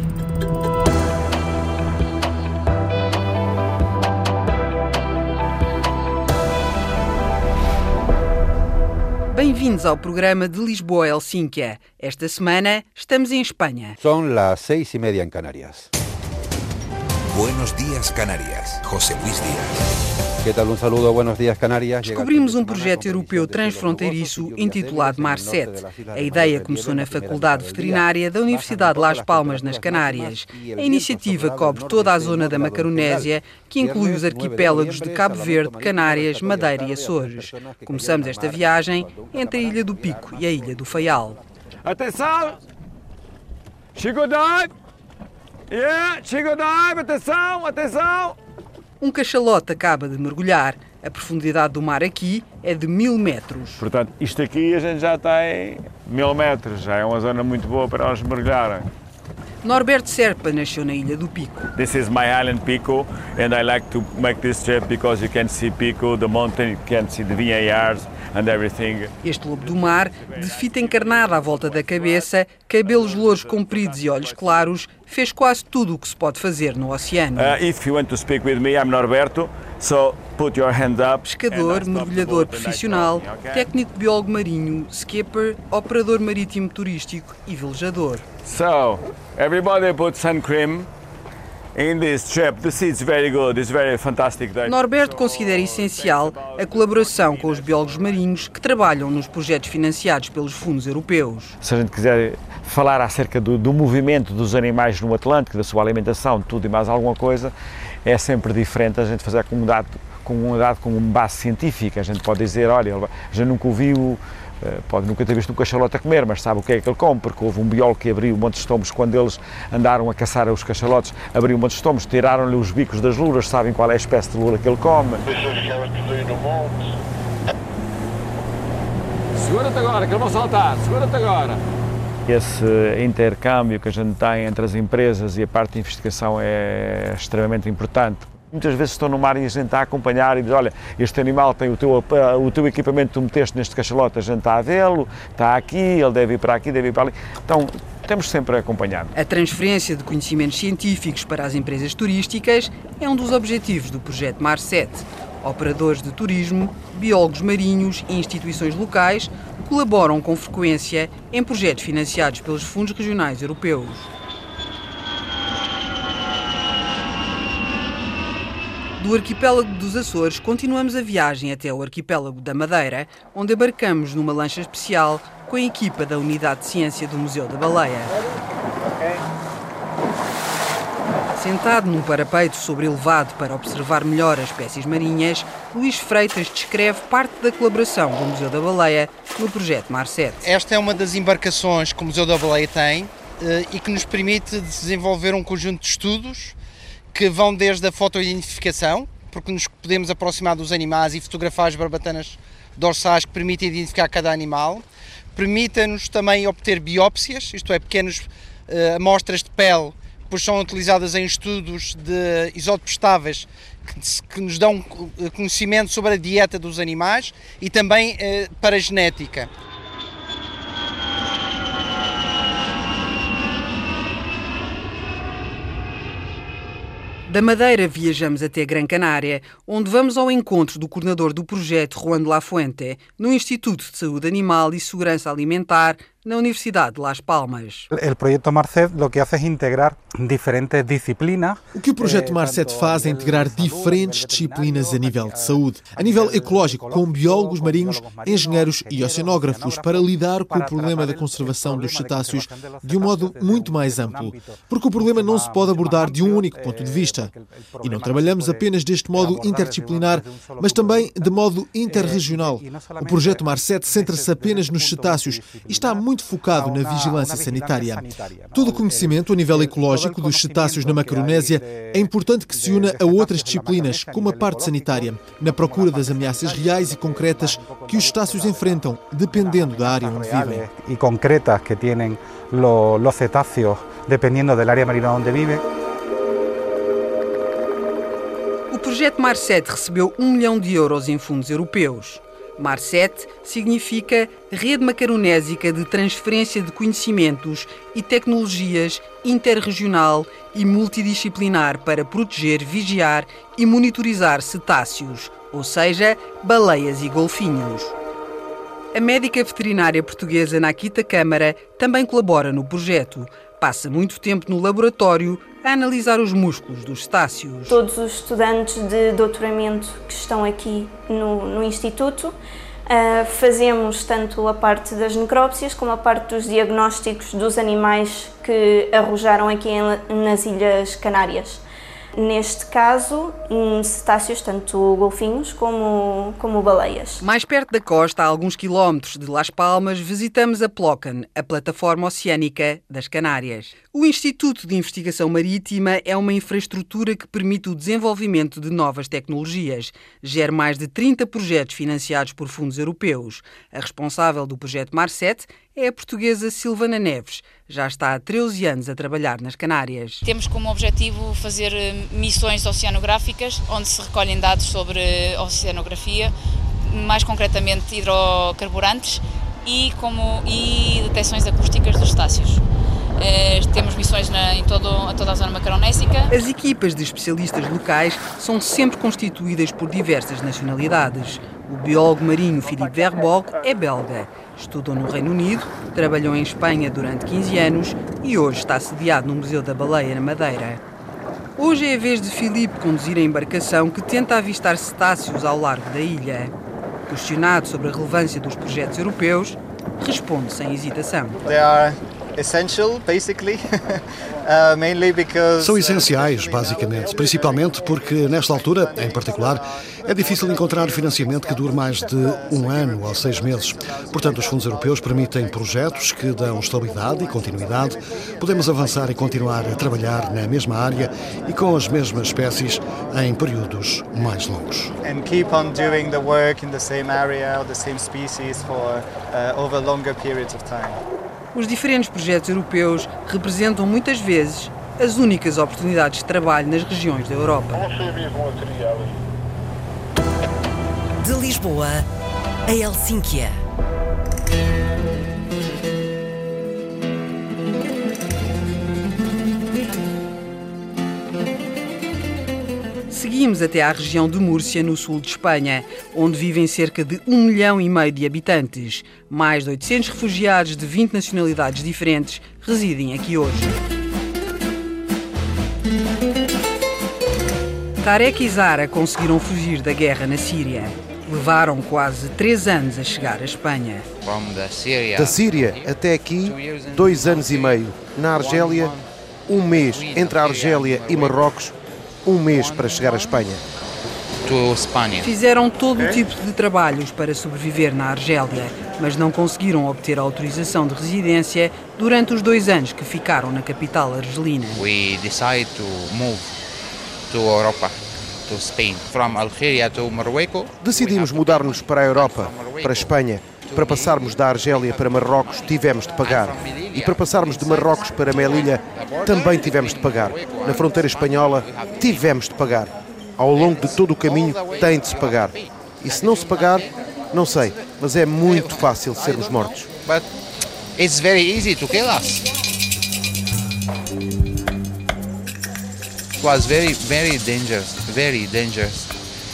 Bem-vindos ao programa de Lisboa a Helsínquia. Esta semana estamos em Espanha. Son las 6:30 en Canarias. Buenos días, Canarias. José Luis Díaz. ¿Qué tal? Un saludo, buenos días, Canarias. Descobrimos um projeto europeu transfronteiriço intitulado Mar 7. A ideia começou na Faculdade Veterinária da Universidade de Las Palmas, nas Canárias. A iniciativa cobre toda a zona da Macaronésia, que inclui os arquipélagos de Cabo Verde, Canárias, Madeira e Açores. Começamos esta viagem entre a Ilha do Pico e a Ilha do Faial. Atenção! Chegou dive! Chegou dive! Atenção! Atenção! Um cachalote acaba de mergulhar. A profundidade do mar aqui é de 1000 metros. Portanto, isto aqui a gente já tem 1000 metros. Já é uma zona muito boa para eles mergulharem. Norberto Serpa nasceu na Ilha do Pico. This is my island Pico, and I like to make this trip because you can see Pico, the mountain, you can see the vineyards and everything. Este lobo do mar, de fita encarnada à volta da cabeça, cabelos louros compridos e olhos claros, fez quase tudo o que se pode fazer no oceano. If you want to speak with me, I'm Norberto, so put your hand up. Pescador, mergulhador profissional, técnico biólogo marinho, skipper, operador marítimo turístico e velejador. So, everybody put sun cream in this trip. The sea is very good, it's very fantastic. Norberto considera essencial a colaboração com os biólogos marinhos que trabalham nos projetos financiados pelos fundos europeus. Se a gente quiser falar acerca do movimento dos animais no Atlântico, da sua alimentação, tudo e mais alguma coisa, é sempre diferente a gente fazer a comunidade com uma base científica. A gente pode dizer, olha, a gente nunca ouviu, pode nunca ter visto um cachalote a comer, mas sabe o que é que ele come, porque houve um biólogo que abriu um monte de estômagos quando eles andaram a caçar os cachalotes, abriu um monte de estômagos, tiraram-lhe os bicos das lulas, sabem qual é a espécie de lula que ele come. Segura-te agora, que eles vão saltar, segura-te agora. Esse intercâmbio que a gente tem entre as empresas e a parte de investigação é extremamente importante. Muitas vezes estou no mar e a gente está a acompanhar e diz, olha, este animal tem o teu equipamento que tu meteste neste cachalote, a gente está a vê-lo, está aqui, ele deve ir para aqui, deve ir para ali. Então, temos sempre a acompanhar. A transferência de conhecimentos científicos para as empresas turísticas é um dos objetivos do projeto Mar 7. Operadores de turismo, biólogos marinhos e instituições locais colaboram com frequência em projetos financiados pelos fundos regionais europeus. Do arquipélago dos Açores, continuamos a viagem até o arquipélago da Madeira, onde embarcamos numa lancha especial com a equipa da Unidade de Ciência do Museu da Baleia. Sentado num parapeito sobrelevado para observar melhor as espécies marinhas, Luís Freitas descreve parte da colaboração do Museu da Baleia no projeto Mar 7. Esta é uma das embarcações que o Museu da Baleia tem e que nos permite desenvolver um conjunto de estudos que vão desde a fotoidentificação, porque nos podemos aproximar dos animais e fotografar as barbatanas dorsais que permitem identificar cada animal. Permite-nos também obter biópsias, isto é, pequenas amostras de pele, pois são utilizadas em estudos de isótopos estáveis que nos dão conhecimento sobre a dieta dos animais e também para a genética. Da Madeira viajamos até Gran Canária, onde vamos ao encontro do coordenador do projeto, Juan de la Fuente, no Instituto de Saúde Animal e Segurança Alimentar, na Universidade de Las Palmas. O projeto Mar 7 o que faz é integrar diferentes disciplinas. O que o projeto Mar 7 faz é integrar diferentes disciplinas a nível de saúde, a nível ecológico, com biólogos marinhos, engenheiros e oceanógrafos, para lidar com o problema da conservação dos cetáceos de um modo muito mais amplo, porque o problema não se pode abordar de um único ponto de vista. E não trabalhamos apenas deste modo interdisciplinar, mas também de modo interregional. O projeto Mar 7 centra-se apenas nos cetáceos e está muito focado na vigilância sanitária. Todo o conhecimento a nível ecológico dos cetáceos na Macaronésia é importante que se una a outras disciplinas, como a parte sanitária, na procura das ameaças reais e concretas que os cetáceos enfrentam, dependendo da área onde vivem. E concretas que têm os cetáceos, dependendo da área marina onde vivem. O projeto Mar 7 recebeu 1 milhão de euros em fundos europeus. MAR7 significa Rede Macaronésica de Transferência de Conhecimentos e Tecnologias Interregional e Multidisciplinar para proteger, vigiar e monitorizar cetáceos, ou seja, baleias e golfinhos. A médica veterinária portuguesa Nakita Câmara também colabora no projeto. Passa muito tempo no laboratório a analisar os músculos dos cetáceos. Todos os estudantes de doutoramento que estão aqui no Instituto fazemos tanto a parte das necrópsias como a parte dos diagnósticos dos animais que arrojaram aqui nas Ilhas Canárias. Neste caso, cetáceos, tanto golfinhos como baleias. Mais perto da costa, a alguns quilómetros de Las Palmas, visitamos a Plocan, a plataforma oceânica das Canárias. O Instituto de Investigação Marítima é uma infraestrutura que permite o desenvolvimento de novas tecnologias. Gera mais de 30 projetos financiados por fundos europeus. A responsável do projeto MAR7 é a portuguesa Silvana Neves. Já está há 13 anos a trabalhar nas Canárias. Temos como objetivo fazer missões oceanográficas, onde se recolhem dados sobre oceanografia, mais concretamente hidrocarburantes e detecções acústicas dos cetáceos. Temos missões em toda a zona macaronésica. As equipas de especialistas locais são sempre constituídas por diversas nacionalidades. O biólogo marinho Philippe Verborg é belga. Estudou no Reino Unido, trabalhou em Espanha durante 15 anos e hoje está sediado no Museu da Baleia, na Madeira. Hoje é a vez de Philippe conduzir a embarcação que tenta avistar cetáceos ao largo da ilha. Questionado sobre a relevância dos projetos europeus, responde sem hesitação. São essenciais, basicamente, principalmente porque, nesta altura, em particular, é difícil encontrar financiamento que dure mais de 1 ano ou 6 meses. Portanto, os fundos europeus permitem projetos que dão estabilidade e continuidade. Podemos avançar e continuar a trabalhar na mesma área e com as mesmas espécies em períodos mais longos. Os diferentes projetos europeus representam muitas vezes as únicas oportunidades de trabalho nas regiões da Europa. De Lisboa a Helsínquia. Seguimos até à região de Múrcia, no sul de Espanha, onde vivem cerca de 1,5 milhão de habitantes. Mais de 800 refugiados de 20 nacionalidades diferentes residem aqui hoje. Tarek e Zara conseguiram fugir da guerra na Síria. Levaram quase 3 anos a chegar à Espanha. Da Síria até aqui, 2 anos e meio. Na Argélia, 1 mês. Entre a Argélia e Marrocos, 1 mês para chegar à Espanha. Fizeram todo o tipo de trabalhos para sobreviver na Argélia, mas não conseguiram obter a autorização de residência durante os 2 anos que ficaram na capital argelina. Decidimos mudar-nos para a Europa, para a Espanha. Para passarmos da Argélia para Marrocos, tivemos de pagar. E para passarmos de Marrocos para Melilla, também tivemos de pagar. Na fronteira espanhola, tivemos de pagar. Ao longo de todo o caminho, tem de se pagar. E se não se pagar, não sei, mas é muito fácil sermos mortos. It's very easy to kill us. It was very dangerous, very dangerous.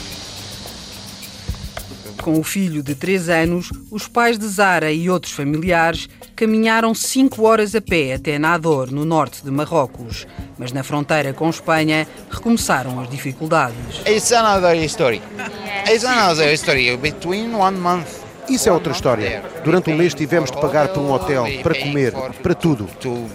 Com o filho de 3 anos, os pais de Zara e outros familiares caminharam 5 horas a pé até Nador, no norte de Marrocos. Mas na fronteira com Espanha recomeçaram as dificuldades. It's another story. It's another story. Between 1 month. Isso é outra história. Durante 1 mês tivemos de pagar por um hotel, para comer, para tudo.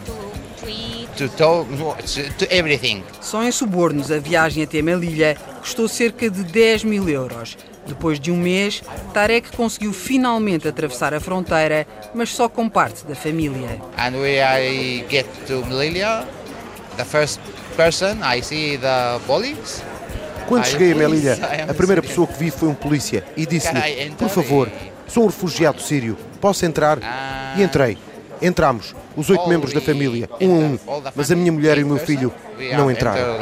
To everything. Só em subornos a viagem até Melilla custou cerca de 10.000 euros. Depois de 1 mês, Tarek conseguiu finalmente atravessar a fronteira, mas só com parte da família. And when I get to Melilla, the first person I see the police. Quando cheguei a Melilla, a primeira pessoa que vi foi um polícia e disse-lhe: por favor, sou um refugiado sírio, posso entrar? E entrei. Entramos, os 8 membros da família, 1 a 1, mas a minha mulher e o meu filho não entraram.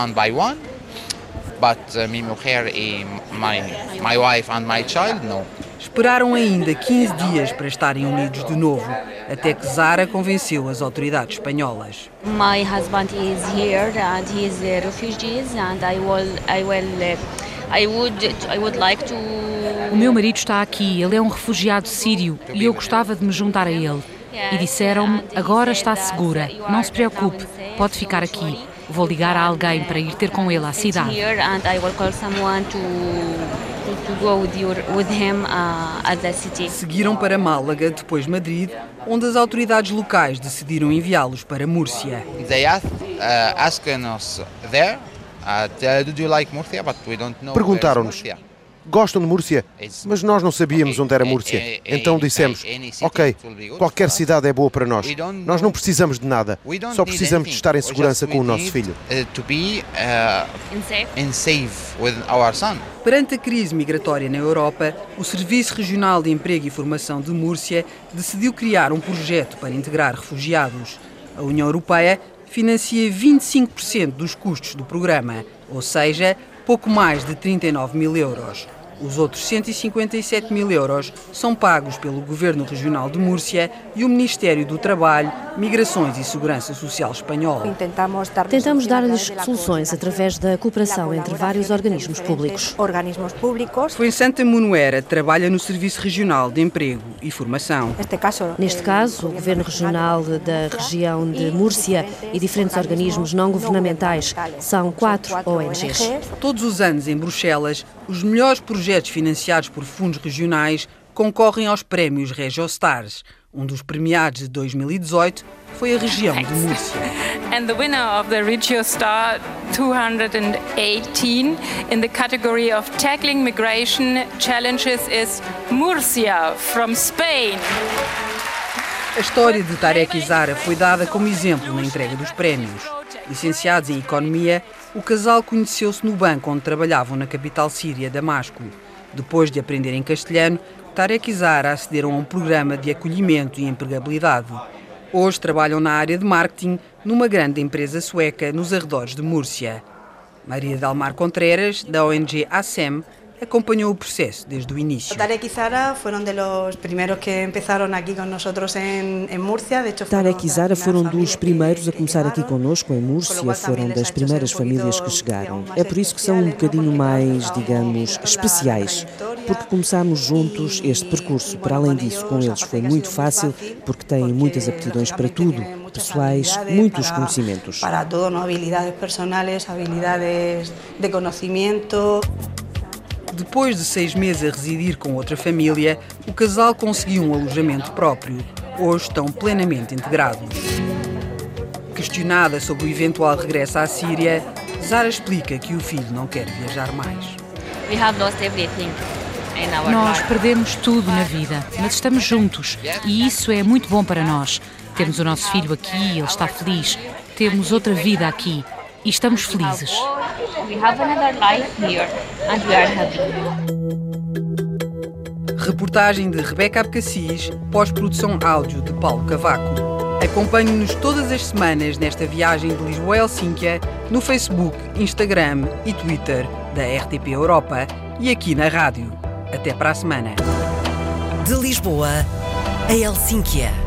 But minha mulher e my wife and my child, no. Esperaram ainda 15 dias para estarem unidos de novo, até que Zara convenceu as autoridades espanholas. My husband is here and he is a refugee and I would like to. O meu marido está aqui, ele é um refugiado sírio e eu gostava de me juntar a ele. E disseram-me, agora está segura, não se preocupe, pode ficar aqui. Vou ligar a alguém para ir ter com ele à cidade. Seguiram para Málaga, depois Madrid, onde as autoridades locais decidiram enviá-los para Múrcia. Perguntaram-nos, gostam de Múrcia? Mas nós não sabíamos onde era Múrcia. Então dissemos, ok, qualquer cidade é boa para nós. Nós não precisamos de nada. Só precisamos de estar em segurança com o nosso filho. Perante a crise migratória na Europa, o Serviço Regional de Emprego e Formação de Múrcia decidiu criar um projeto para integrar refugiados. A União Europeia financia 25% dos custos do programa, ou seja, pouco mais de 39 mil euros. Os outros 157 mil euros são pagos pelo Governo Regional de Múrcia e o Ministério do Trabalho, Migrações e Segurança Social espanhol. Tentamos dar-lhes soluções através da cooperação entre vários organismos públicos. Fuensanta Munuera trabalha no Serviço Regional de Emprego e Formação. Neste caso, o Governo Regional da região de Múrcia e diferentes organismos não governamentais, são 4 ONGs. Todos os anos, em Bruxelas, os melhores projetos financiados por fundos regionais concorrem aos prémios RegioStars. Um dos premiados de 2018 foi a região de Múrcia. And the winner of the RegioStar 218 in the category of Tackling Migration Challenges is Murcia from Spain. A história de Tarek e Zara foi dada como exemplo na entrega dos prémios. Licenciados em Economia, o casal conheceu-se no banco onde trabalhavam na capital síria, Damasco. Depois de aprenderem castelhano, Tarek e Zara acederam a um programa de acolhimento e empregabilidade. Hoje trabalham na área de marketing numa grande empresa sueca nos arredores de Múrcia. Maria del Mar Contreras, da ONG ASEM, acompanhou o processo desde o início. Tarek e Zara foram dos primeiros que começaram aqui conosco em Múrcia. Tarek e Zara foram dos primeiros a começar aqui conosco em Múrcia, foram das primeiras famílias que chegaram. É por isso que são um bocadinho mais, digamos, especiais, porque começámos juntos este percurso. Para além disso, com eles foi muito fácil, porque têm muitas aptidões para tudo, pessoais, muitos conhecimentos. Para tudo, habilidades personais, habilidades de conhecimento. Depois de 6 meses a residir com outra família, o casal conseguiu um alojamento próprio. Hoje estão plenamente integrados. Questionada sobre o eventual regresso à Síria, Zara explica que o filho não quer viajar mais. Nós perdemos tudo na vida, mas estamos juntos e isso é muito bom para nós. Temos o nosso filho aqui, ele está feliz. Temos outra vida aqui e estamos felizes. Reportagem de Rebeca Abcacis, pós-produção áudio de Paulo Cavaco. Acompanhe-nos todas as semanas nesta viagem de Lisboa a Helsínquia no Facebook, Instagram e Twitter da RTP Europa e aqui na rádio. Até para a semana. De Lisboa a Helsínquia.